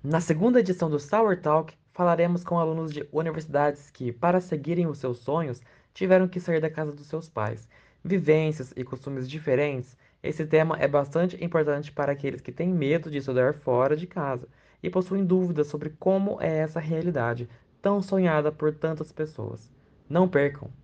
Na segunda edição do Sour Talk, falaremos com alunos de universidades que, para seguirem os seus sonhos, tiveram que sair da casa dos seus pais. Vivências e costumes diferentes, esse tema é bastante importante para aqueles que têm medo de estudar fora de casa e possuem dúvidas sobre como é essa realidade tão sonhada por tantas pessoas. Não percam!